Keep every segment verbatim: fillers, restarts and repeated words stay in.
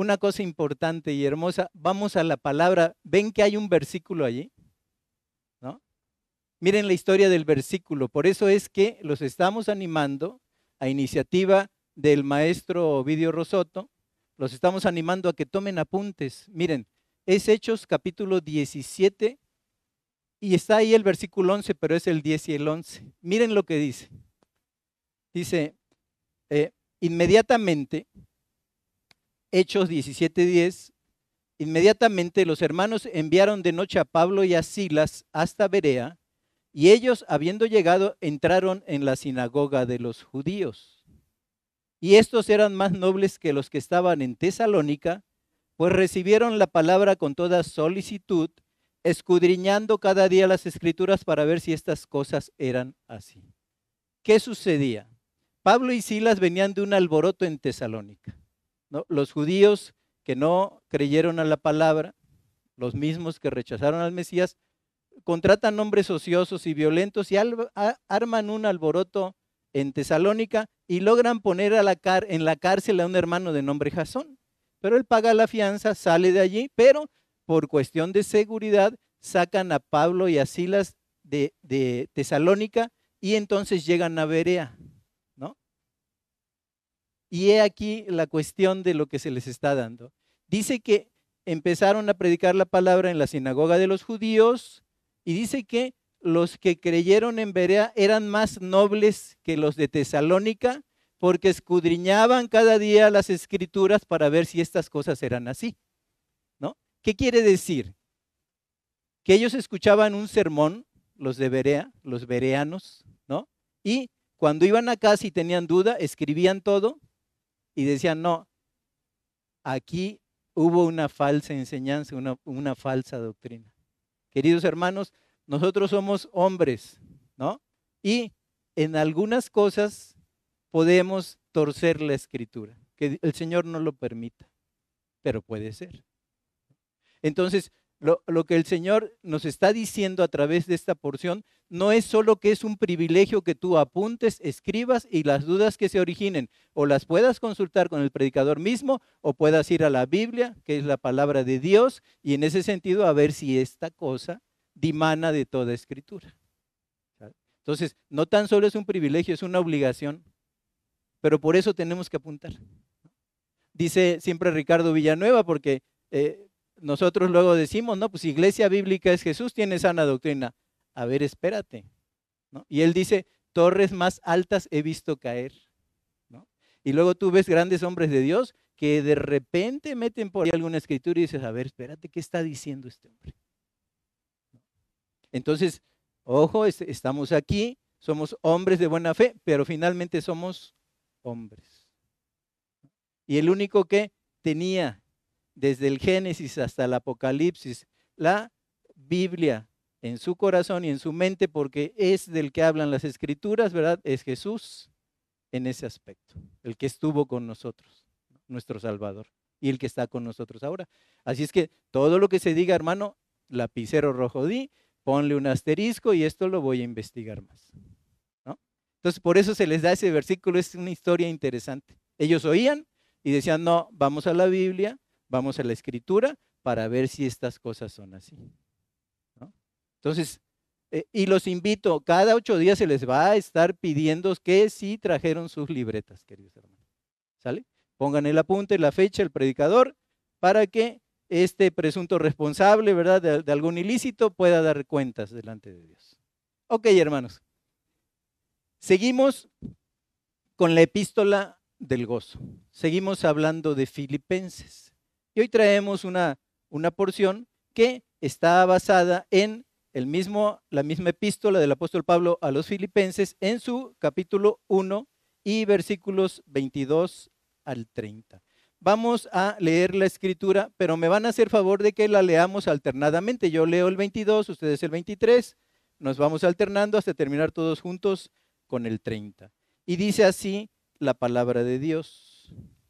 una cosa importante y hermosa, vamos a la palabra, ¿ven que hay un versículo allí? ¿No? Miren la historia del versículo, por eso es que los estamos animando a iniciativa del maestro Ovidio Rosoto, los estamos animando a que tomen apuntes. Miren, es Hechos capítulo diecisiete y está ahí el versículo once, pero es el diez y el once. Miren lo que dice. Dice, eh, inmediatamente, Hechos diecisiete diez, inmediatamente los hermanos enviaron de noche a Pablo y a Silas hasta Berea, y ellos, habiendo llegado, entraron en la sinagoga de los judíos. Y estos eran más nobles que los que estaban en Tesalónica, pues recibieron la palabra con toda solicitud, escudriñando cada día las escrituras para ver si estas cosas eran así. ¿Qué sucedía? Pablo y Silas venían de un alboroto en Tesalónica, ¿no? Los judíos que no creyeron a la palabra, los mismos que rechazaron al Mesías, contratan hombres ociosos y violentos y al, a, arman un alboroto en Tesalónica y logran poner a la car en la cárcel a un hermano de nombre Jasón. Pero él paga la fianza, sale de allí, pero por cuestión de seguridad sacan a Pablo y a Silas de, de Tesalónica y entonces llegan a Berea, ¿no? Y he aquí la cuestión de lo que se les está dando. Dice que empezaron a predicar la palabra en la sinagoga de los judíos y dice que los que creyeron en Berea eran más nobles que los de Tesalónica porque escudriñaban cada día las escrituras para ver si estas cosas eran así, ¿no? ¿Qué quiere decir? Que ellos escuchaban un sermón, los de Berea, los bereanos, ¿no? Y cuando iban a casa y tenían duda, escribían todo y decían, no, aquí hubo una falsa enseñanza, una, una falsa doctrina. Queridos hermanos, nosotros somos hombres, ¿no? Y en algunas cosas podemos torcer la escritura, que el Señor no lo permita, pero puede ser. Entonces, lo, lo que el Señor nos está diciendo a través de esta porción no es solo que es un privilegio que tú apuntes, escribas y las dudas que se originen o las puedas consultar con el predicador mismo o puedas ir a la Biblia, que es la palabra de Dios, y en ese sentido a ver si esta cosa dimana de toda escritura. Entonces, no tan solo es un privilegio, es una obligación, pero por eso tenemos que apuntar. Dice siempre Ricardo Villanueva, porque eh, nosotros luego decimos, no, pues iglesia bíblica es Jesús, tiene sana doctrina. A ver, espérate, ¿no? Y él dice, torres más altas he visto caer, ¿no? Y luego tú ves grandes hombres de Dios que de repente meten por ahí alguna escritura y dices, a ver, espérate, ¿qué está diciendo este hombre? Entonces, ojo, estamos aquí, somos hombres de buena fe, pero finalmente somos hombres. Y el único que tenía desde el Génesis hasta el Apocalipsis la Biblia en su corazón y en su mente, porque es del que hablan las escrituras, ¿verdad? Es Jesús en ese aspecto, el que estuvo con nosotros, nuestro Salvador, y el que está con nosotros ahora. Así es que todo lo que se diga, hermano, lapicero rojo di, ponle un asterisco y esto lo voy a investigar más, ¿no? Entonces, por eso se les da ese versículo, es una historia interesante. Ellos oían y decían, no, vamos a la Biblia, vamos a la Escritura para ver si estas cosas son así, ¿no? Entonces, eh, y los invito, cada ocho días se les va a estar pidiendo que sí trajeron sus libretas, queridos hermanos, ¿sale? Pongan el apunte, la fecha, el predicador, para que este presunto responsable, ¿verdad?, de, de algún ilícito pueda dar cuentas delante de Dios. Ok, hermanos. Seguimos con la epístola del gozo. Seguimos hablando de Filipenses. Y hoy traemos una, una porción que está basada en el mismo, la misma epístola del apóstol Pablo a los Filipenses en su capítulo uno y versículos veintidós al treinta. Vamos a leer la escritura, pero me van a hacer favor de que la leamos alternadamente. Yo leo el veintidós, ustedes el veintitrés, nos vamos alternando hasta terminar todos juntos con el treinta. Y dice así la palabra de Dios.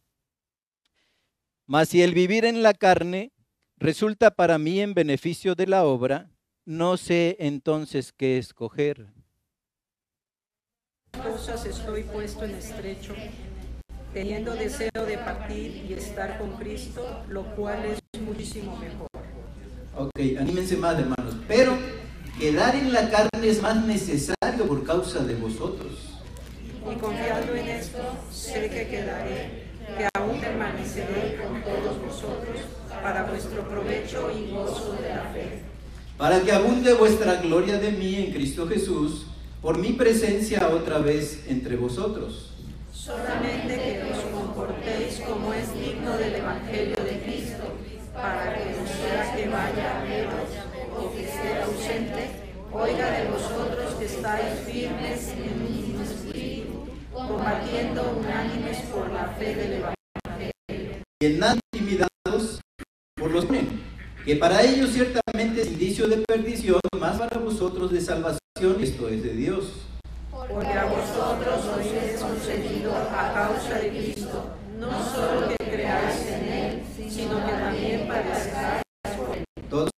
Mas si el vivir en la carne resulta para mí en beneficio de la obra, no sé entonces qué escoger. Cosas estoy puesto en estrecho, teniendo deseo de partir y estar con Cristo, lo cual es muchísimo mejor. Ok, anímense más, hermanos. Pero quedar en la carne es más necesario por causa de vosotros. Y confiando en esto, sé que quedaré, que aún permaneceré con todos vosotros para vuestro provecho y gozo de la fe. Para que abunde vuestra gloria de mí en Cristo Jesús, por mi presencia otra vez entre vosotros. Solamente que os comportéis como es digno del Evangelio de Cristo, para que no sea que vaya a veros o que esté ausente, oiga de vosotros que estáis firmes en el mismo espíritu, combatiendo unánimes por la fe del Evangelio. Y en nada intimidados por los hombres, que para ellos ciertamente es indicio de perdición, más para vosotros de salvación, esto es de Dios. Porque a vosotros os es concedido a causa de Cristo, no solo que creáis en Él, sino que también padezcáis por Él. Todos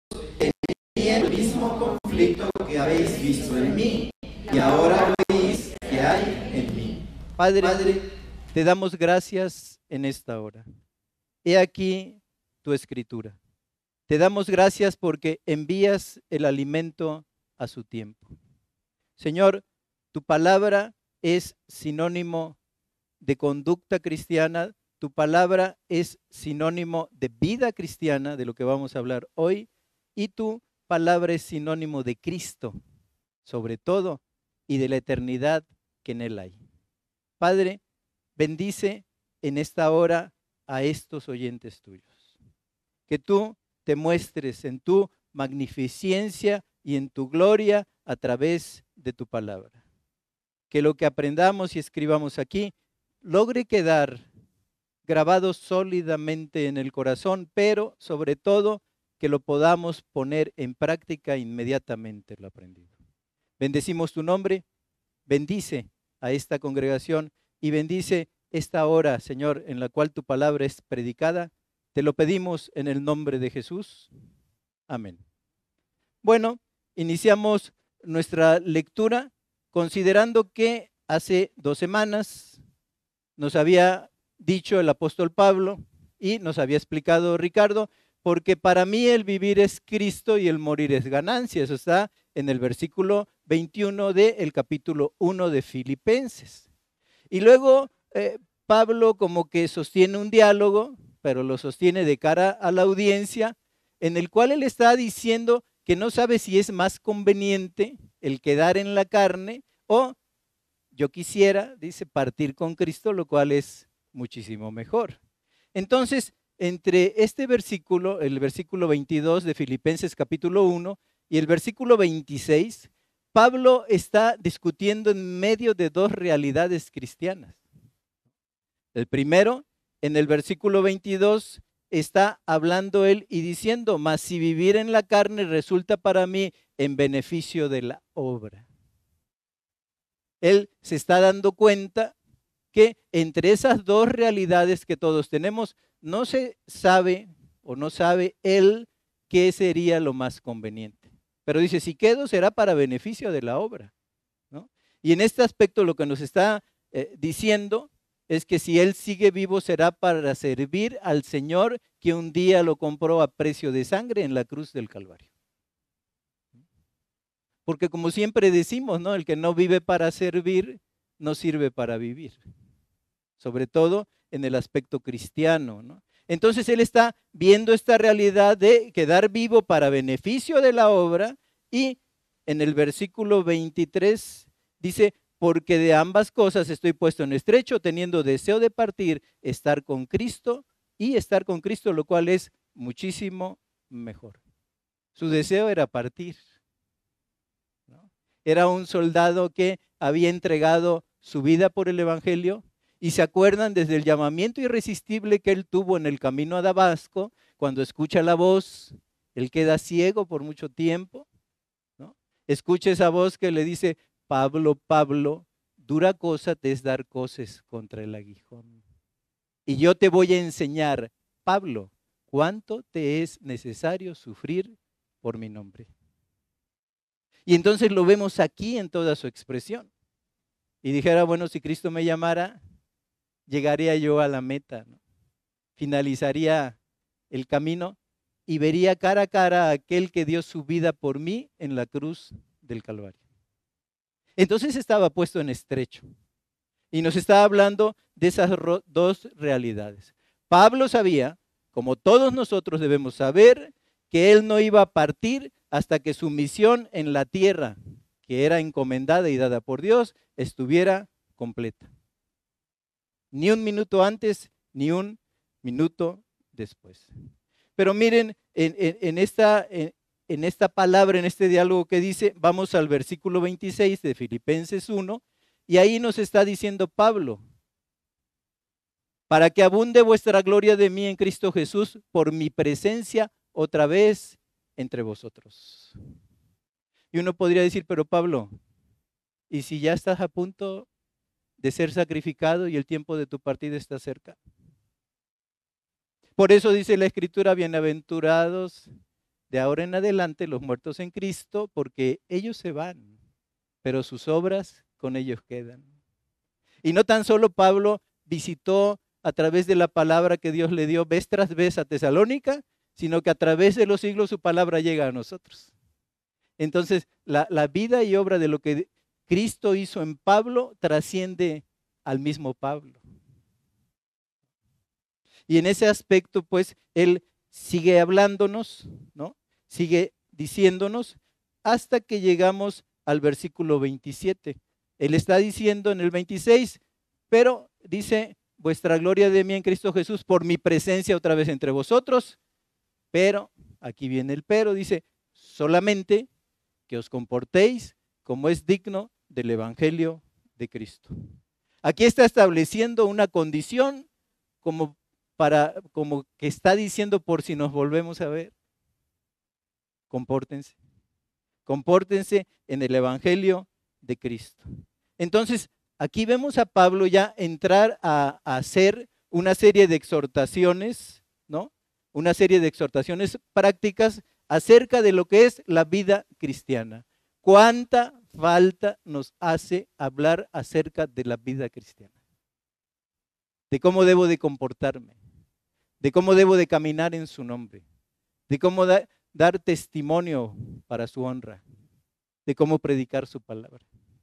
tenían el mismo conflicto que habéis visto en mí, y ahora veis que hay en mí. Padre, Padre, te damos gracias en esta hora. He aquí tu escritura. Te damos gracias porque envías el alimento a su tiempo. Señor, tu palabra es sinónimo de conducta cristiana, tu palabra es sinónimo de vida cristiana, de lo que vamos a hablar hoy, y tu palabra es sinónimo de Cristo, sobre todo, y de la eternidad que en Él hay. Padre, bendice en esta hora a estos oyentes tuyos. Que tú te muestres en tu magnificencia y en tu gloria a través de tu palabra. Que lo que aprendamos y escribamos aquí logre quedar grabado sólidamente en el corazón, pero sobre todo que lo podamos poner en práctica inmediatamente lo aprendido. Bendecimos tu nombre, bendice a esta congregación y bendice esta hora, Señor, en la cual tu palabra es predicada. Te lo pedimos en el nombre de Jesús. Amén. Bueno, iniciamos nuestra lectura considerando que hace dos semanas nos había dicho el apóstol Pablo y nos había explicado Ricardo, porque para mí el vivir es Cristo y el morir es ganancia. Eso está en el versículo veintiuno del capítulo uno de Filipenses. Y luego eh, Pablo como que sostiene un diálogo, pero lo sostiene de cara a la audiencia, en el cual él está diciendo que no sabe si es más conveniente el quedar en la carne o yo quisiera, dice, partir con Cristo, lo cual es muchísimo mejor. Entonces, entre este versículo, el versículo veintidós de Filipenses capítulo uno y el versículo veintiséis, Pablo está discutiendo en medio de dos realidades cristianas. El primero, en el versículo veintidós, está hablando él y diciendo, mas si vivir en la carne resulta para mí en beneficio de la obra. Él se está dando cuenta que entre esas dos realidades que todos tenemos, no se sabe o no sabe él qué sería lo más conveniente. Pero dice, si quedo será para beneficio de la obra, ¿no? Y en este aspecto lo que nos está eh, diciendo es que si él sigue vivo será para servir al Señor que un día lo compró a precio de sangre en la cruz del Calvario. Porque como siempre decimos, ¿no? El que no vive para servir, no sirve para vivir. Sobre todo en el aspecto cristiano, ¿no? Entonces él está viendo esta realidad de quedar vivo para beneficio de la obra y en el versículo veintitrés dice, porque de ambas cosas estoy puesto en estrecho, teniendo deseo de partir, estar con Cristo y estar con Cristo, lo cual es muchísimo mejor. Su deseo era partir, ¿no? Era un soldado que había entregado su vida por el Evangelio. Y se acuerdan desde el llamamiento irresistible que él tuvo en el camino a Damasco, cuando escucha la voz, él queda ciego por mucho tiempo, ¿no? Escucha esa voz que le dice, Pablo, Pablo, dura cosa te es dar coces contra el aguijón. Y yo te voy a enseñar, Pablo, cuánto te es necesario sufrir por mi nombre. Y entonces lo vemos aquí en toda su expresión. Y dijera, bueno, si Cristo me llamara, llegaría yo a la meta, ¿no? Finalizaría el camino y vería cara a cara a aquel que dio su vida por mí en la cruz del Calvario. Entonces estaba puesto en estrecho y nos estaba hablando de esas dos realidades. Pablo sabía, como todos nosotros debemos saber, que él no iba a partir hasta que su misión en la tierra, que era encomendada y dada por Dios, estuviera completa. Ni un minuto antes, ni un minuto después. Pero miren, en, en, en, esta, en, en esta palabra, en este diálogo que dice, vamos al versículo veintiséis de Filipenses uno, y ahí nos está diciendo Pablo, para que abunde vuestra gloria de mí en Cristo Jesús por mi presencia otra vez entre vosotros. Y uno podría decir, pero Pablo, ¿y si ya estás a punto de ser sacrificado y el tiempo de tu partida está cerca? Por eso dice la Escritura, bienaventurados de ahora en adelante los muertos en Cristo, porque ellos se van, pero sus obras con ellos quedan. Y no tan solo Pablo visitó a través de la palabra que Dios le dio vez tras vez a Tesalónica, sino que a través de los siglos su palabra llega a nosotros. Entonces, la, la vida y obra de lo que Cristo hizo en Pablo trasciende al mismo Pablo. Y en ese aspecto, pues, él sigue hablándonos, ¿no? Sigue diciéndonos hasta que llegamos al versículo veintisiete. Él está diciendo en el veintiséis, pero dice, vuestra gloria de mí en Cristo Jesús por mi presencia otra vez entre vosotros, pero, aquí viene el pero, dice, solamente que os comportéis como es digno del Evangelio de Cristo. Aquí está estableciendo una condición como para, como que está diciendo por si nos volvemos a ver. Compórtense. Compórtense en el Evangelio de Cristo. Entonces, aquí vemos a Pablo ya entrar a, a hacer una serie de exhortaciones, ¿no? Una serie de exhortaciones prácticas acerca de lo que es la vida cristiana. ¿Cuánta falta nos hace hablar acerca de la vida cristiana? De cómo debo de comportarme, de cómo debo de caminar en su nombre, de cómo da, dar testimonio para su honra, de cómo predicar su palabra.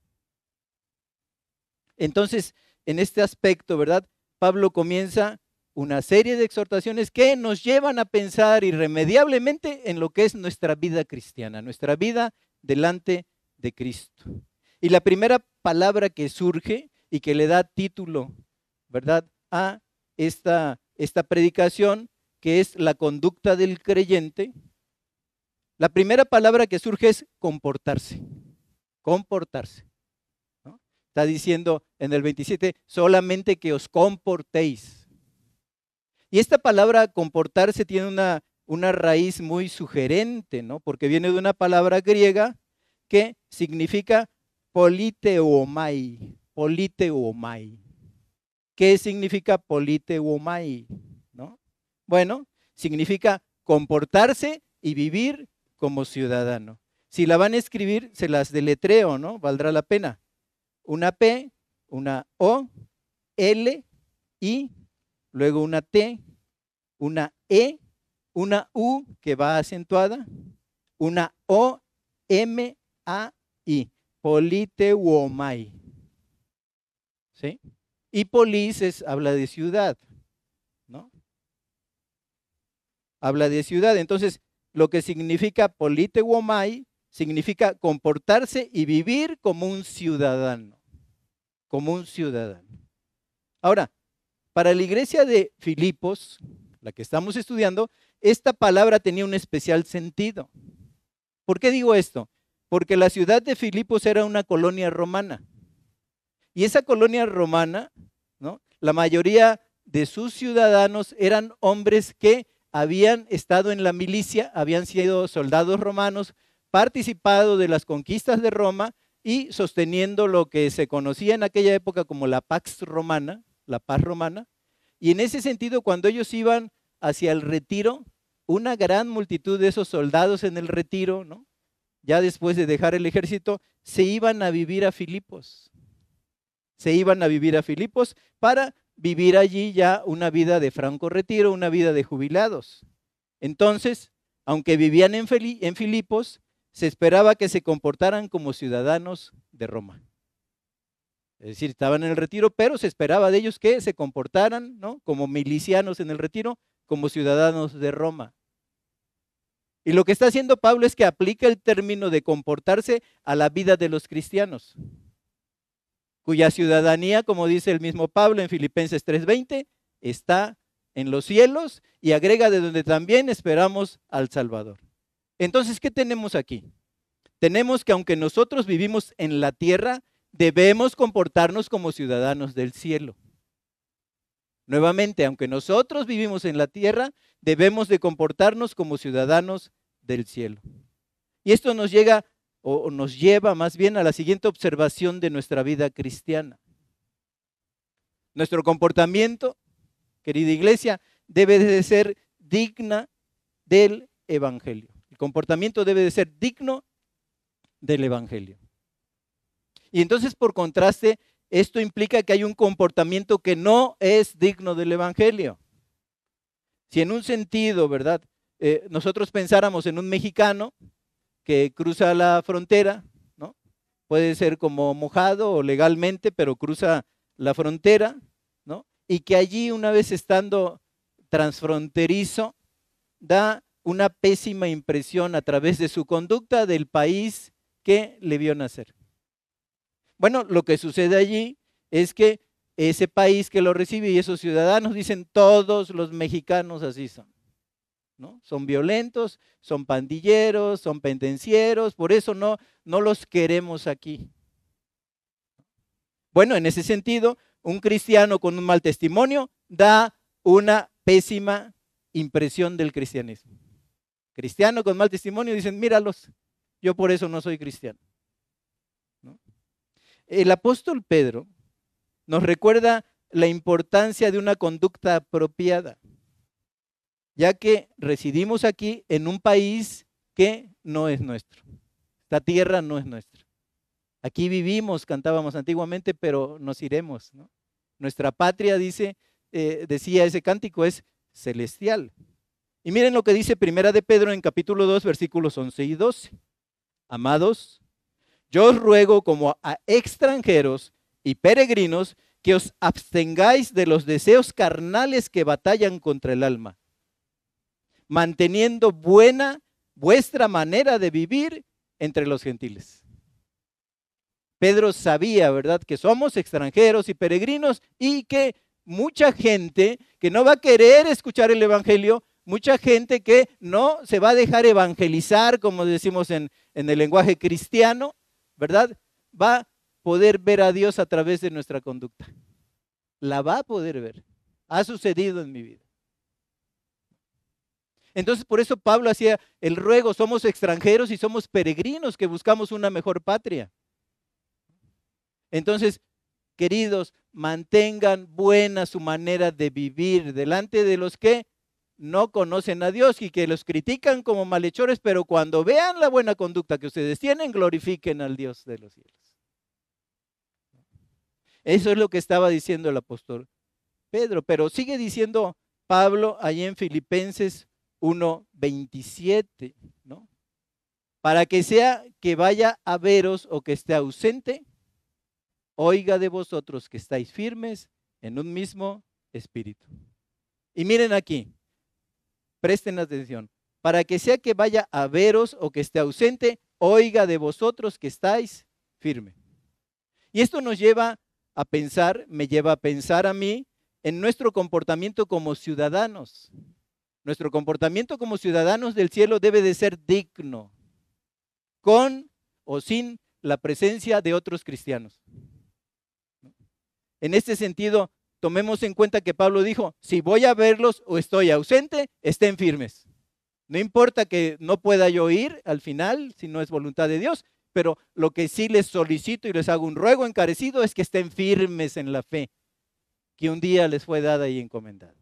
Entonces, en este aspecto, ¿verdad? Pablo comienza una serie de exhortaciones que nos llevan a pensar irremediablemente en lo que es nuestra vida cristiana, nuestra vida delante de Cristo. Y la primera palabra que surge y que le da título, ¿verdad?, a esta, esta predicación, que es la conducta del creyente, la primera palabra que surge es comportarse, comportarse. ¿No? Está diciendo en el veintisiete, solamente que os comportéis. Y esta palabra comportarse tiene una, una raíz muy sugerente, ¿no? Porque viene de una palabra griega que significa politeomai, politeomai. ¿Qué significa politeomai? ¿No? Bueno, significa comportarse y vivir como ciudadano. Si la van a escribir, se las deletreo, ¿no? Valdrá la pena. Una P, una O, L, I, luego una T, una E, una U que va acentuada, una O, M, A, I. Politeomai. ¿Sí? Y polis es, habla de ciudad, ¿no? Habla de ciudad. Entonces, lo que significa politeomai significa comportarse y vivir como un ciudadano, como un ciudadano. Ahora, para la iglesia de Filipos, la que estamos estudiando, esta palabra tenía un especial sentido. ¿Por qué digo esto? Porque la ciudad de Filipos era una colonia romana. Y esa colonia romana, ¿no?, la mayoría de sus ciudadanos eran hombres que habían estado en la milicia, habían sido soldados romanos, participado de las conquistas de Roma y sosteniendo lo que se conocía en aquella época como la Pax Romana, la paz romana. Y en ese sentido, cuando ellos iban hacia el retiro, una gran multitud de esos soldados en el retiro, ¿no?, ya después de dejar el ejército, se iban a vivir a Filipos. Se iban a vivir a Filipos para vivir allí ya una vida de franco retiro, una vida de jubilados. Entonces, aunque vivían en, Fili- en Filipos, se esperaba que se comportaran como ciudadanos de Roma. Es decir, estaban en el retiro, pero se esperaba de ellos que se comportaran, ¿no?, como milicianos en el retiro, como ciudadanos de Roma. Y lo que está haciendo Pablo es que aplica el término de comportarse a la vida de los cristianos, cuya ciudadanía, como dice el mismo Pablo en Filipenses tres veinte, está en los cielos, y agrega de donde también esperamos al Salvador. Entonces, ¿qué tenemos aquí? Tenemos que aunque nosotros vivimos en la tierra, debemos comportarnos como ciudadanos del cielo. Nuevamente, aunque nosotros vivimos en la tierra, debemos de comportarnos como ciudadanos del cielo. Y esto nos llega, o nos lleva más bien a la siguiente observación de nuestra vida cristiana. Nuestro comportamiento, querida iglesia, debe de ser digna del evangelio. El comportamiento debe de ser digno del evangelio. Y entonces, por contraste, esto implica que hay un comportamiento que no es digno del evangelio. Si en un sentido, ¿verdad?, eh, nosotros pensáramos en un mexicano que cruza la frontera, ¿no?, puede ser como mojado o legalmente, pero cruza la frontera, ¿no?, y que allí, una vez estando transfronterizo, da una pésima impresión a través de su conducta del país que le vio nacer. Bueno, lo que sucede allí es que ese país que lo recibe y esos ciudadanos dicen: todos los mexicanos así son, ¿no? Son violentos, son pandilleros, son pendencieros, por eso no, no los queremos aquí. Bueno, en ese sentido, un cristiano con un mal testimonio da una pésima impresión del cristianismo. Cristiano con mal testimonio dicen: míralos, yo por eso no soy cristiano, ¿no? El apóstol Pedro nos recuerda la importancia de una conducta apropiada, ya que residimos aquí en un país que no es nuestro. Esta tierra no es nuestra. Aquí vivimos, cantábamos antiguamente, pero nos iremos, ¿no? Nuestra patria, dice, eh, decía ese cántico, es celestial. Y miren lo que dice Primera de Pedro en capítulo dos, versículos once y doce. Amados, yo os ruego como a extranjeros y peregrinos que os abstengáis de los deseos carnales que batallan contra el alma, manteniendo buena vuestra manera de vivir entre los gentiles. Pedro sabía, ¿verdad?, que somos extranjeros y peregrinos y que mucha gente que no va a querer escuchar el evangelio, mucha gente que no se va a dejar evangelizar, como decimos en, en el lenguaje cristiano, ¿verdad?, va a poder ver a Dios a través de nuestra conducta. La va a poder ver. Ha sucedido en mi vida. Entonces, por eso Pablo hacía el ruego: somos extranjeros y somos peregrinos que buscamos una mejor patria. Entonces, queridos, mantengan buena su manera de vivir delante de los que no conocen a Dios y que los critican como malhechores, pero cuando vean la buena conducta que ustedes tienen, glorifiquen al Dios de los cielos. Eso es lo que estaba diciendo el apóstol Pedro, pero sigue diciendo Pablo allí en Filipenses uno veintisiete, ¿no? Para que sea que vaya a veros o que esté ausente, oiga de vosotros que estáis firmes en un mismo espíritu. Y miren aquí, presten atención. Para que sea que vaya a veros o que esté ausente, oiga de vosotros que estáis firmes. Y esto nos lleva a pensar, me lleva a pensar a mí, en nuestro comportamiento como ciudadanos. Nuestro comportamiento como ciudadanos del cielo debe de ser digno, con o sin la presencia de otros cristianos. En este sentido, tomemos en cuenta que Pablo dijo: si voy a verlos o estoy ausente, estén firmes. No importa que no pueda yo ir al final, si no es voluntad de Dios, pero lo que sí les solicito y les hago un ruego encarecido es que estén firmes en la fe que un día les fue dada y encomendada.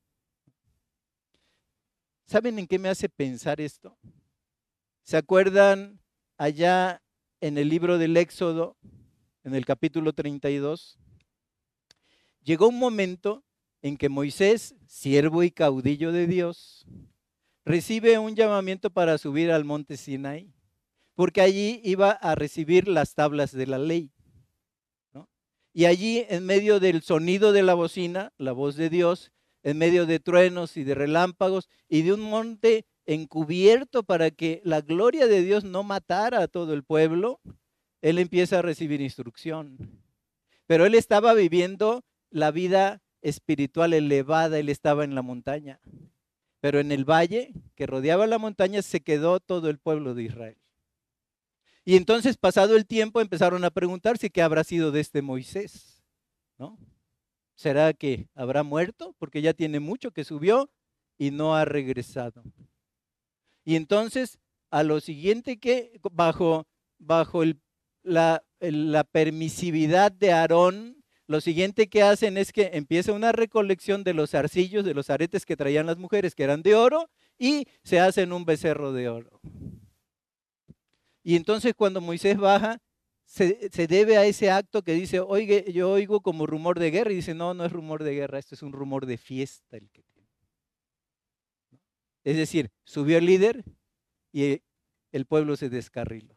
¿Saben en qué me hace pensar esto? ¿Se acuerdan allá en el libro del Éxodo, en el capítulo treinta y dos? llegó un momento en que Moisés, siervo y caudillo de Dios, recibe un llamamiento para subir al monte Sinaí, porque allí iba a recibir las tablas de la ley, ¿no? Y allí, en medio del sonido de la bocina, la voz de Dios, en medio de truenos y de relámpagos y de un monte encubierto para que la gloria de Dios no matara a todo el pueblo, él empieza a recibir instrucción. Pero él estaba viviendo la vida espiritual elevada, él estaba en la montaña. Pero en el valle que rodeaba la montaña se quedó todo el pueblo de Israel. Y entonces, pasado el tiempo, empezaron a preguntarse qué habrá sido de este Moisés, ¿no? ¿Será que habrá muerto? Porque ya tiene mucho que subió y no ha regresado. Y entonces, a lo siguiente que, bajo, bajo el, la, la permisividad de Aarón, lo siguiente que hacen es que empieza una recolección de los arcillos, de los aretes que traían las mujeres, que eran de oro, y se hacen un becerro de oro. Y entonces cuando Moisés baja, se, se debe a ese acto que dice, oye, yo oigo como rumor de guerra, y dice, no, no es rumor de guerra, esto es un rumor de fiesta el que tiene. Es decir, subió el líder y el pueblo se descarriló.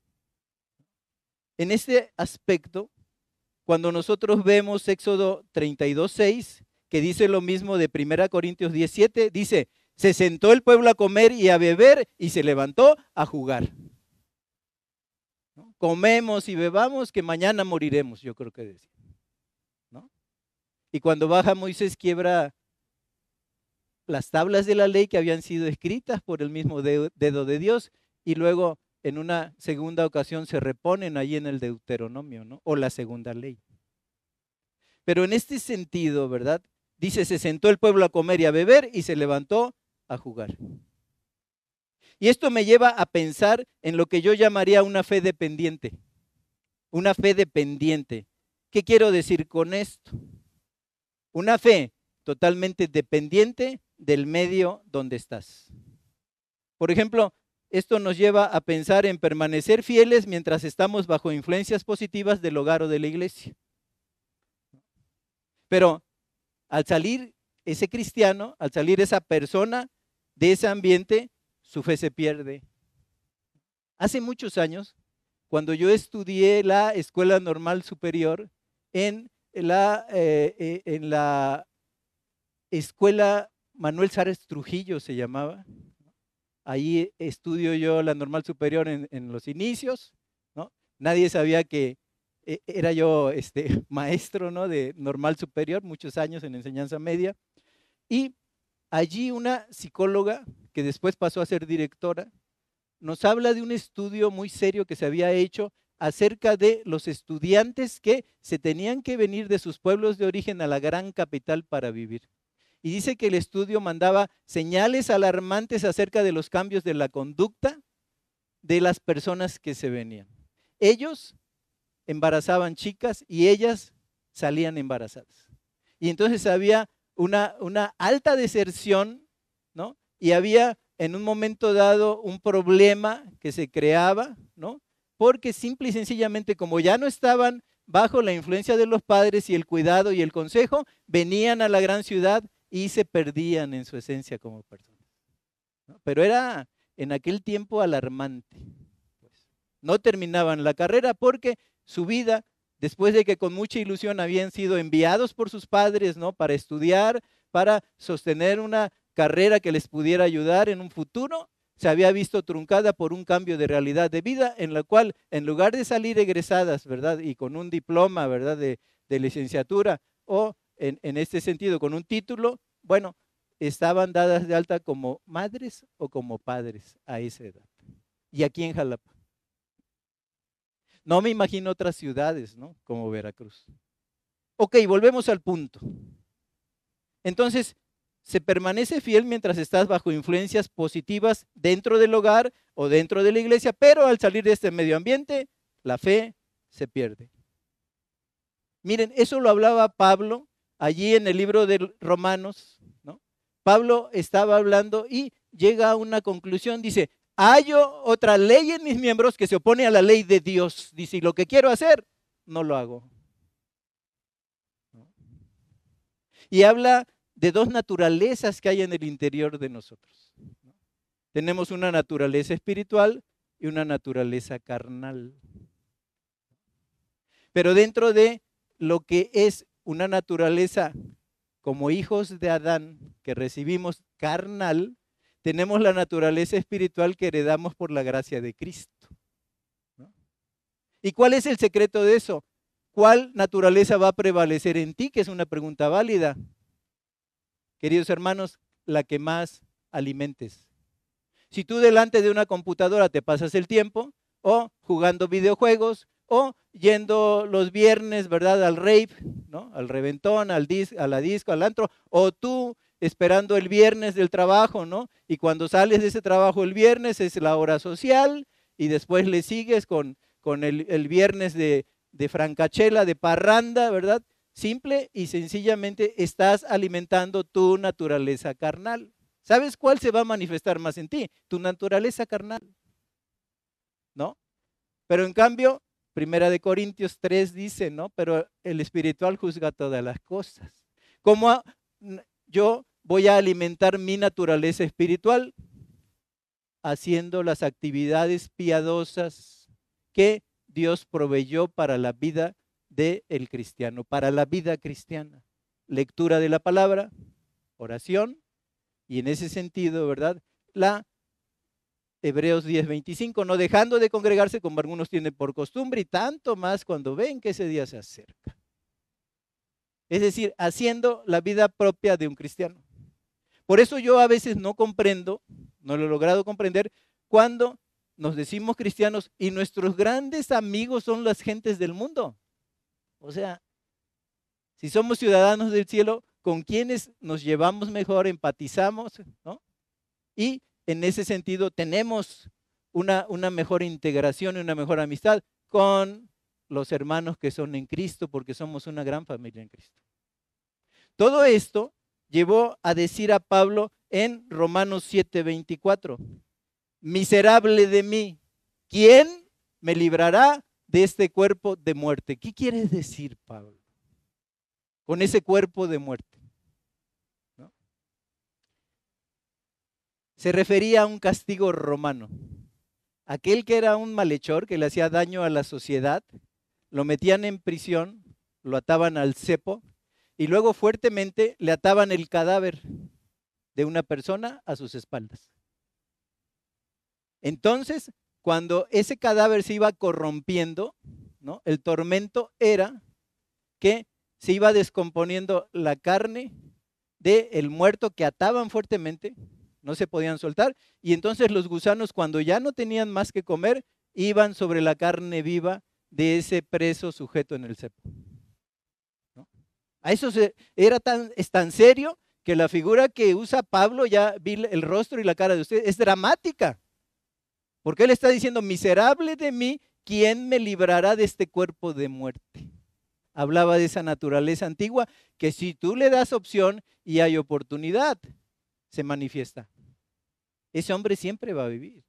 En este aspecto, cuando nosotros vemos Éxodo treinta y dos, seis, que dice lo mismo de primera Corintios diecisiete, dice, se sentó el pueblo a comer y a beber y se levantó a jugar. ¿No? Comemos y bebamos que mañana moriremos, yo creo que decía, ¿no? Y cuando baja Moisés quiebra las tablas de la ley que habían sido escritas por el mismo dedo de Dios y luego en una segunda ocasión se reponen ahí en el Deuteronomio, ¿no? O la segunda ley. Pero en este sentido, ¿verdad? Dice, se sentó el pueblo a comer y a beber y se levantó a jugar. Y esto me lleva a pensar en lo que yo llamaría una fe dependiente. Una fe dependiente. ¿Qué quiero decir con esto? Una fe totalmente dependiente del medio donde estás. Por ejemplo, esto nos lleva a pensar en permanecer fieles mientras estamos bajo influencias positivas del hogar o de la iglesia. Pero al salir ese cristiano, al salir esa persona de ese ambiente, su fe se pierde. Hace muchos años, cuando yo estudié la Escuela Normal Superior, en la, eh, en la Escuela Manuel Sares Trujillo se llamaba, ahí estudio yo la Normal Superior en, en los inicios, ¿no? Nadie sabía que era yo este, maestro, ¿no? De Normal Superior, muchos años en enseñanza media, y allí una psicóloga que después pasó a ser directora, nos habla de un estudio muy serio que se había hecho acerca de los estudiantes que se tenían que venir de sus pueblos de origen a la gran capital para vivir. Y dice que el estudio mandaba señales alarmantes acerca de los cambios de la conducta de las personas que se venían. Ellos embarazaban chicas y ellas salían embarazadas. Y entonces había una, una alta deserción, ¿no? Y había en un momento dado un problema que se creaba, ¿no? Porque simple y sencillamente como ya no estaban bajo la influencia de los padres y el cuidado y el consejo, venían a la gran ciudad y se perdían en su esencia como personas, ¿no? Pero era en aquel tiempo alarmante. Pues, no terminaban la carrera porque su vida, después de que con mucha ilusión habían sido enviados por sus padres, ¿no? Para estudiar, para sostener una carrera que les pudiera ayudar en un futuro, se había visto truncada por un cambio de realidad de vida en la cual, en lugar de salir egresadas, ¿verdad? Y con un diploma, ¿verdad? De, de licenciatura o en, en este sentido con un título, bueno, estaban dadas de alta como madres o como padres a esa edad. Y aquí en Jalapa. No me imagino otras ciudades, ¿no? Como Veracruz. Ok, volvemos al punto. Entonces, se permanece fiel mientras estás bajo influencias positivas dentro del hogar o dentro de la iglesia, pero al salir de este medio ambiente, la fe se pierde. Miren, eso lo hablaba Pablo allí en el libro de Romanos, ¿no? Pablo estaba hablando y llega a una conclusión, dice, hallo otra ley en mis miembros que se opone a la ley de Dios. Dice, y lo que quiero hacer, no lo hago. Y habla de dos naturalezas que hay en el interior de nosotros. Tenemos una naturaleza espiritual y una naturaleza carnal. Pero dentro de lo que es una naturaleza como hijos de Adán que recibimos carnal, tenemos la naturaleza espiritual que heredamos por la gracia de Cristo, ¿no? ¿Y cuál es el secreto de eso? ¿Cuál naturaleza va a prevalecer en ti? Que es una pregunta válida. Queridos hermanos, la que más alimentes. Si tú delante de una computadora te pasas el tiempo, o jugando videojuegos, o yendo los viernes, ¿verdad?, al rave, ¿no?, al reventón, al dis, a la disco, al antro, o tú esperando el viernes del trabajo, ¿no? Y cuando sales de ese trabajo el viernes es la hora social, y después le sigues con, con el, el viernes de, de francachela, de parranda, ¿verdad? Simple y sencillamente estás alimentando tu naturaleza carnal. ¿Sabes cuál se va a manifestar más en ti? Tu naturaleza carnal, ¿no? Pero en cambio, Primera de Corintios tres dice, ¿no? Pero el espiritual juzga todas las cosas. ¿Cómo yo voy a alimentar mi naturaleza espiritual? Haciendo las actividades piadosas que Dios proveyó para la vida del cristiano, para la vida cristiana. Lectura de la palabra, oración, y en ese sentido, ¿verdad?, la Hebreos diez veinticinco, no dejando de congregarse como algunos tienen por costumbre, y tanto más cuando ven que ese día se acerca. Es decir, haciendo la vida propia de un cristiano. Por eso yo a veces no comprendo, no lo he logrado comprender, cuando nos decimos cristianos y nuestros grandes amigos son las gentes del mundo. O sea, si somos ciudadanos del cielo, ¿con quienes nos llevamos mejor, empatizamos, ¿no? Y en ese sentido tenemos una, una mejor integración y una mejor amistad con los hermanos que son en Cristo, porque somos una gran familia en Cristo. Todo esto llevó a decir a Pablo en Romanos siete veinticuatro, miserable de mí, ¿quién me librará de este cuerpo de muerte? ¿Qué quiere decir Pablo con ese cuerpo de muerte? ¿No? Se refería a un castigo romano. Aquel que era un malhechor, que le hacía daño a la sociedad, lo metían en prisión, lo ataban al cepo y luego fuertemente le ataban el cadáver de una persona a sus espaldas. Entonces, cuando ese cadáver se iba corrompiendo, ¿no?, el tormento era que se iba descomponiendo la carne del muerto que ataban fuertemente, no se podían soltar, y entonces los gusanos, cuando ya no tenían más que comer, iban sobre la carne viva de ese preso sujeto en el cepo, ¿no? A eso se, era tan, es tan serio que la figura que usa Pablo, ya vi el rostro y la cara de usted, es dramática. Porque él está diciendo, miserable de mí, ¿quién me librará de este cuerpo de muerte? Hablaba de esa naturaleza antigua que si tú le das opción y hay oportunidad, se manifiesta. Ese hombre siempre va a vivir.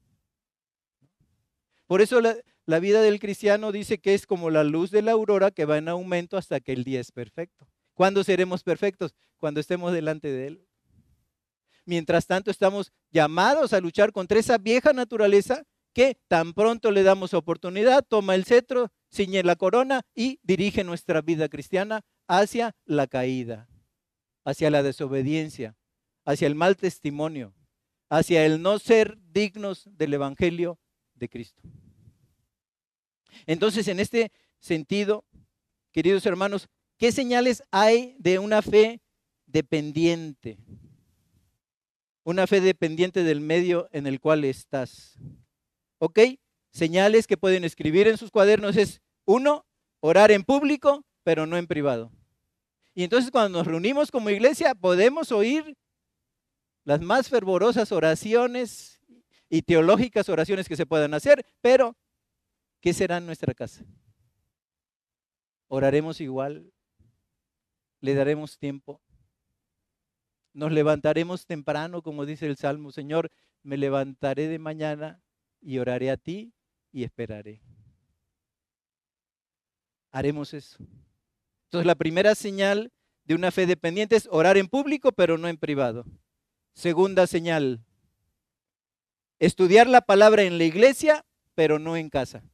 Por eso la, la vida del cristiano dice que es como la luz de la aurora que va en aumento hasta que el día es perfecto. ¿Cuándo seremos perfectos? Cuando estemos delante de Él. Mientras tanto estamos llamados a luchar contra esa vieja naturaleza que tan pronto le damos oportunidad, toma el cetro, ciñe la corona y dirige nuestra vida cristiana hacia la caída, hacia la desobediencia, hacia el mal testimonio, hacia el no ser dignos del evangelio de Cristo. Entonces, en este sentido, queridos hermanos, ¿qué señales hay de una fe dependiente? Una fe dependiente del medio en el cual estás. ¿Ok? Señales que pueden escribir en sus cuadernos es, uno, orar en público, pero no en privado. Y entonces cuando nos reunimos como iglesia, podemos oír las más fervorosas oraciones y teológicas oraciones que se puedan hacer, pero ¿qué será en nuestra casa? ¿Oraremos igual? ¿Le daremos tiempo? Nos levantaremos temprano, como dice el Salmo, Señor, me levantaré de mañana y oraré a ti y esperaré. Haremos eso. Entonces la primera señal de una fe dependiente es orar en público, pero no en privado. Segunda señal, estudiar la palabra en la iglesia, pero no en casa.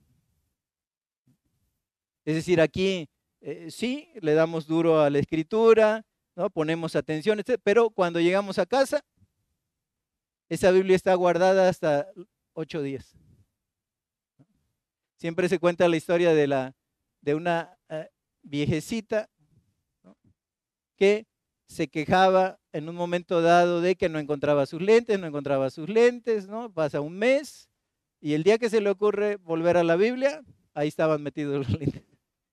Es decir, aquí eh, sí, le damos duro a la escritura, ¿no? Ponemos atención, etcétera, pero cuando llegamos a casa, esa Biblia está guardada hasta ocho días. Siempre se cuenta la historia de, la, de una uh, viejecita, ¿no? Que se quejaba en un momento dado de que no encontraba sus lentes, no encontraba sus lentes, ¿no? Pasa un mes y el día que se le ocurre volver a la Biblia, ahí estaban metidos los lentes.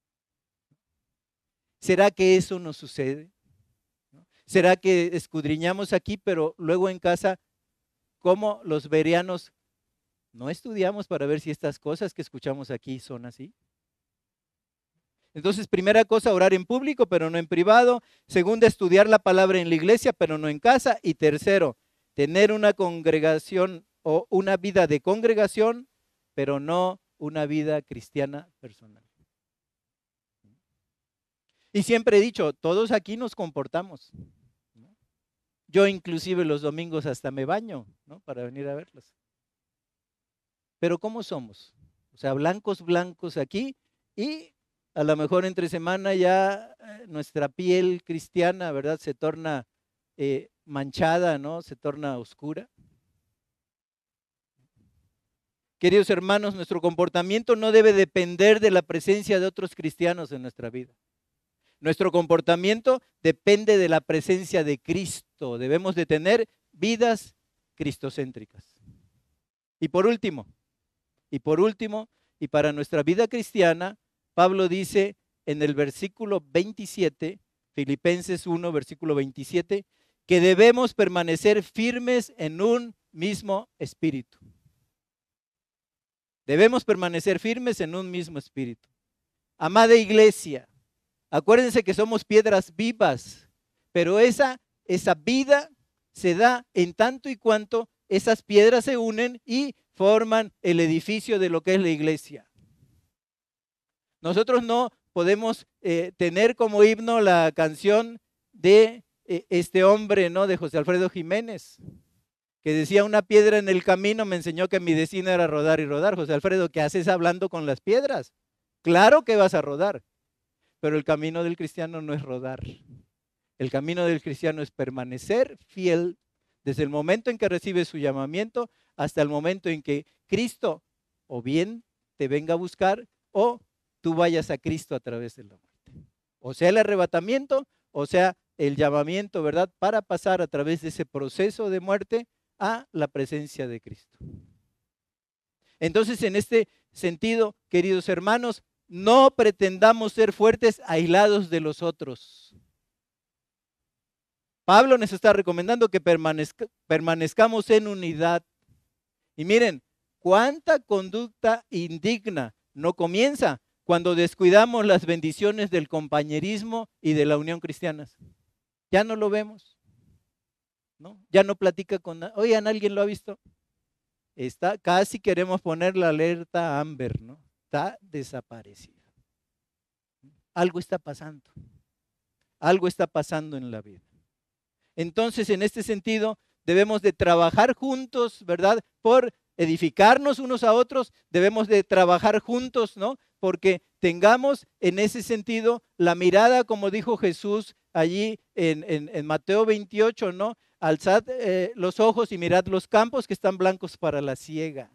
¿Será que eso nos sucede? ¿Será que escudriñamos aquí, pero luego en casa, como los bereanos, no estudiamos para ver si estas cosas que escuchamos aquí son así? Entonces, primera cosa, orar en público, pero no en privado. Segunda, estudiar la palabra en la iglesia, pero no en casa. Y tercero, tener una congregación o una vida de congregación, pero no una vida cristiana personal. Y siempre he dicho, todos aquí nos comportamos, ¿no? Yo inclusive los domingos hasta me baño, ¿no? Para venir a verlos. Pero ¿cómo somos? O sea, blancos, blancos aquí, y a lo mejor entre semana ya eh, nuestra piel cristiana, ¿verdad? Se torna eh, manchada, ¿no? Se torna oscura. Queridos hermanos, nuestro comportamiento no debe depender de la presencia de otros cristianos en nuestra vida. Nuestro comportamiento depende de la presencia de Cristo. Debemos de tener vidas cristocéntricas. Y por último, y por último, y para nuestra vida cristiana, Pablo dice en el versículo veintisiete, Filipenses uno, versículo veintisiete, que debemos permanecer firmes en un mismo espíritu. Debemos permanecer firmes en un mismo espíritu. Amada iglesia, acuérdense que somos piedras vivas, pero esa, esa vida se da en tanto y cuanto esas piedras se unen y forman el edificio de lo que es la iglesia. Nosotros no podemos eh, tener como himno la canción de eh, este hombre, ¿no? De José Alfredo Jiménez, que decía: una piedra en el camino me enseñó que mi destino era rodar y rodar. José Alfredo, ¿qué haces hablando con las piedras? Claro que vas a rodar. Pero el camino del cristiano no es rodar. El camino del cristiano es permanecer fiel desde el momento en que recibes su llamamiento hasta el momento en que Cristo o bien te venga a buscar o tú vayas a Cristo a través de la muerte. O sea, el arrebatamiento, o sea, el llamamiento, ¿verdad? Para pasar a través de ese proceso de muerte a la presencia de Cristo. Entonces, en este sentido, queridos hermanos, no pretendamos ser fuertes aislados de los otros. Pablo nos está recomendando que permanezca, permanezcamos en unidad. Y miren, cuánta conducta indigna no comienza cuando descuidamos las bendiciones del compañerismo y de la unión cristianas. Ya no lo vemos, ¿no? Ya no platica con nadie. Oigan, ¿alguien lo ha visto? Está, casi queremos poner la alerta Amber, ¿no? Está desaparecida. Algo está pasando. Algo está pasando en la vida. Entonces, en este sentido, debemos de trabajar juntos, ¿verdad? Por edificarnos unos a otros, debemos de trabajar juntos, ¿no? Porque tengamos en ese sentido la mirada, como dijo Jesús allí en, en, en Mateo veintiocho, ¿no? Alzad eh, los ojos y mirad los campos que están blancos para la siega.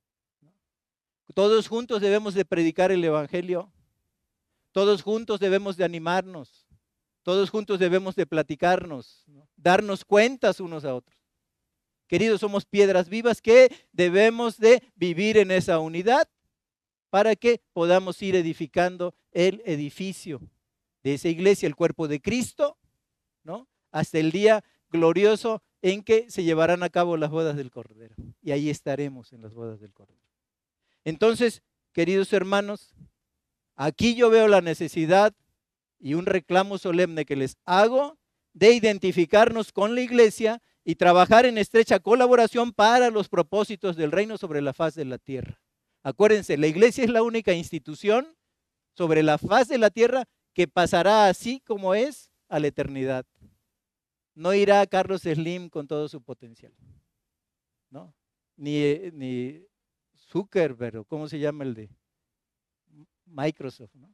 Todos juntos debemos de predicar el evangelio. Todos juntos debemos de animarnos. Todos juntos debemos de platicarnos, ¿no? Darnos cuentas unos a otros. Queridos, somos piedras vivas que debemos de vivir en esa unidad para que podamos ir edificando el edificio de esa iglesia, el cuerpo de Cristo, ¿no? Hasta el día glorioso en que se llevarán a cabo las bodas del Cordero. Y ahí estaremos en las bodas del Cordero. Entonces, queridos hermanos, aquí yo veo la necesidad y un reclamo solemne que les hago de identificarnos con la iglesia y trabajar en estrecha colaboración para los propósitos del reino sobre la faz de la tierra. Acuérdense, la iglesia es la única institución sobre la faz de la tierra que pasará así como es a la eternidad. No irá Carlos Slim con todo su potencial, ¿no? Ni, ni Zuckerberg, o ¿cómo se llama el de Microsoft, ¿no?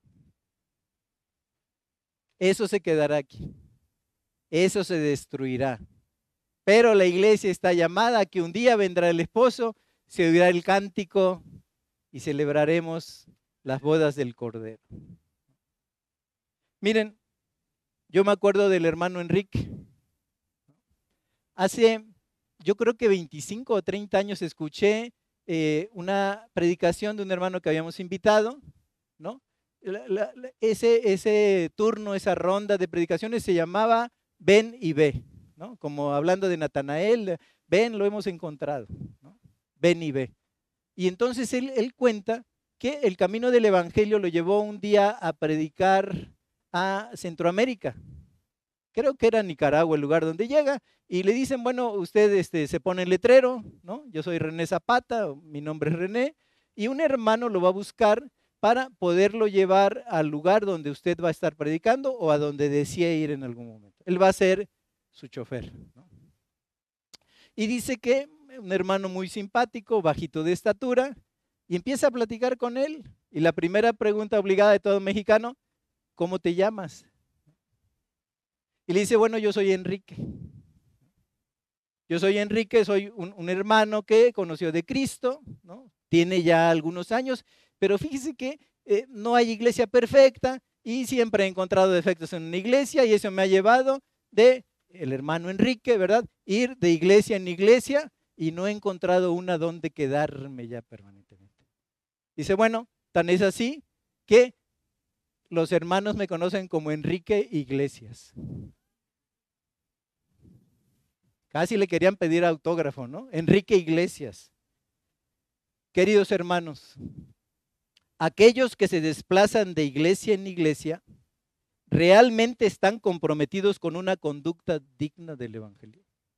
Eso se quedará aquí. Eso se destruirá. Pero la iglesia está llamada a que un día vendrá el esposo, se oirá el cántico y celebraremos las bodas del Cordero. Miren, yo me acuerdo del hermano Enrique. Hace, yo creo que veinticinco o treinta años escuché eh, una predicación de un hermano que habíamos invitado, ¿no? La, la, la, ese, ese turno, esa ronda de predicaciones se llamaba Ven y Ve, ¿no? Como hablando de Natanael, ven, lo hemos encontrado, ¿no? Ven y ve. Y entonces él, él cuenta que el camino del evangelio lo llevó un día a predicar a Centroamérica. Creo que era Nicaragua el lugar donde llega, y le dicen, bueno, usted este, se pone el letrero, ¿no? Yo soy René Zapata, mi nombre es René, y un hermano lo va a buscar para poderlo llevar al lugar donde usted va a estar predicando o a donde desee ir en algún momento. Él va a ser su chofer, ¿no? Y dice que un hermano muy simpático, bajito de estatura, y empieza a platicar con él. Y la primera pregunta obligada de todo mexicano, ¿cómo te llamas? Y le dice, bueno, yo soy Enrique. Yo soy Enrique, soy un, un hermano que conoció de Cristo, ¿no? Tiene ya algunos años, pero fíjese que eh, no hay iglesia perfecta y siempre he encontrado defectos en una iglesia y eso me ha llevado de el hermano Enrique, ¿verdad? Ir de iglesia en iglesia y no he encontrado una donde quedarme ya permanentemente. Dice, bueno, tan es así que los hermanos me conocen como Enrique Iglesias. Casi le querían pedir autógrafo, ¿no? Enrique Iglesias. Queridos hermanos, aquellos que se desplazan de iglesia en iglesia realmente están comprometidos con una conducta digna del evangelio.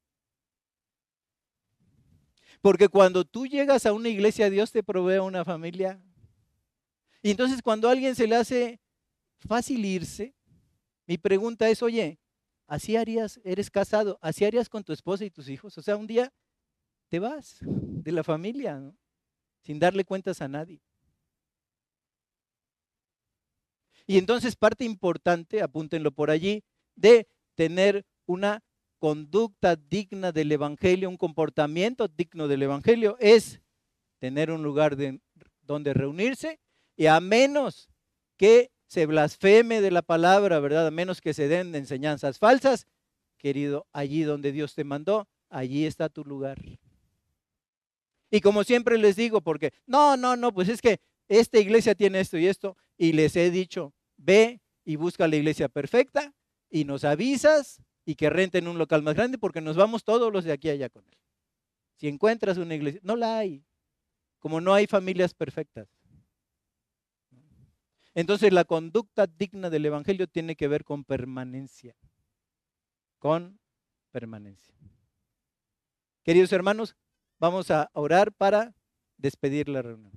Porque cuando tú llegas a una iglesia, Dios te provee una familia. Y entonces cuando a alguien se le hace fácil irse, mi pregunta es, oye, ¿así harías, eres casado, así harías con tu esposa y tus hijos? O sea, un día te vas de la familia, ¿no? Sin darle cuentas a nadie. Y entonces parte importante, apúntenlo por allí, de tener una conducta digna del evangelio, un comportamiento digno del evangelio, es tener un lugar de, donde reunirse, y a menos que se blasfeme de la palabra, ¿verdad? A menos que se den enseñanzas falsas, querido, allí donde Dios te mandó, allí está tu lugar. Y como siempre les digo, porque no, no, no, pues es que esta iglesia tiene esto y esto, y les he dicho, ve y busca la iglesia perfecta y nos avisas y que renten un local más grande porque nos vamos todos los de aquí a allá con él. Si encuentras una iglesia, no la hay, como no hay familias perfectas. Entonces la conducta digna del evangelio tiene que ver con permanencia, con permanencia. Queridos hermanos, vamos a orar para despedir la reunión.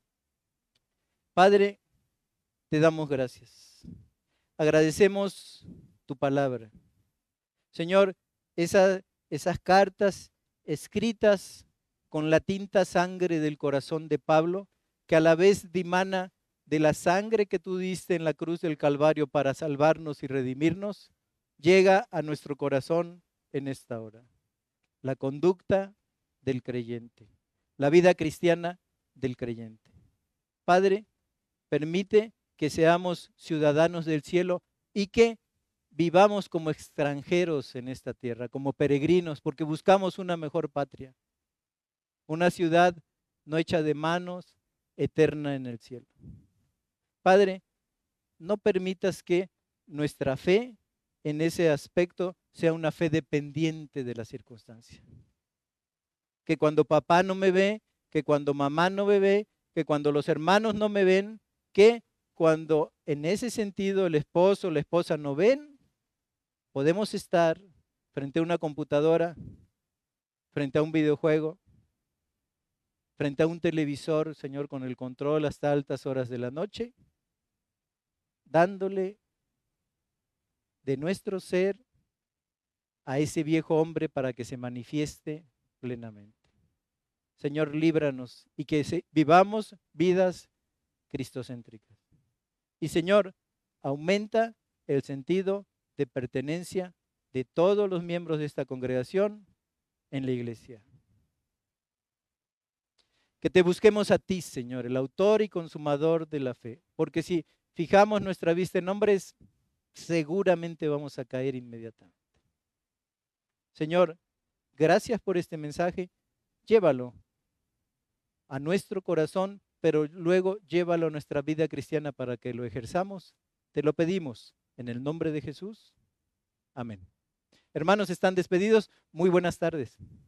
Padre, te damos gracias. Agradecemos tu palabra. Señor, esa, esas cartas escritas con la tinta sangre del corazón de Pablo, que a la vez dimana de la sangre que tú diste en la cruz del Calvario para salvarnos y redimirnos, llega a nuestro corazón en esta hora. La conducta del creyente, la vida cristiana del creyente. Padre, permite que seamos ciudadanos del cielo y que vivamos como extranjeros en esta tierra, como peregrinos, porque buscamos una mejor patria, una ciudad no hecha de manos, eterna en el cielo. Padre, no permitas que nuestra fe en ese aspecto sea una fe dependiente de la circunstancia. Que cuando papá no me ve, que cuando mamá no me ve, que cuando los hermanos no me ven, que cuando en ese sentido el esposo o la esposa no ven, podemos estar frente a una computadora, frente a un videojuego, frente a un televisor, Señor, con el control hasta altas horas de la noche, dándole de nuestro ser a ese viejo hombre para que se manifieste plenamente. Señor, líbranos y que se, vivamos vidas cristocéntricas. Y Señor, aumenta el sentido de pertenencia de todos los miembros de esta congregación en la iglesia. Que te busquemos a ti, Señor, el autor y consumador de la fe. Porque si fijamos nuestra vista en hombres, seguramente vamos a caer inmediatamente. Señor, gracias por este mensaje. Llévalo a nuestro corazón, pero luego llévalo a nuestra vida cristiana para que lo ejerzamos. Te lo pedimos en el nombre de Jesús. Amén. Hermanos, están despedidos. Muy buenas tardes.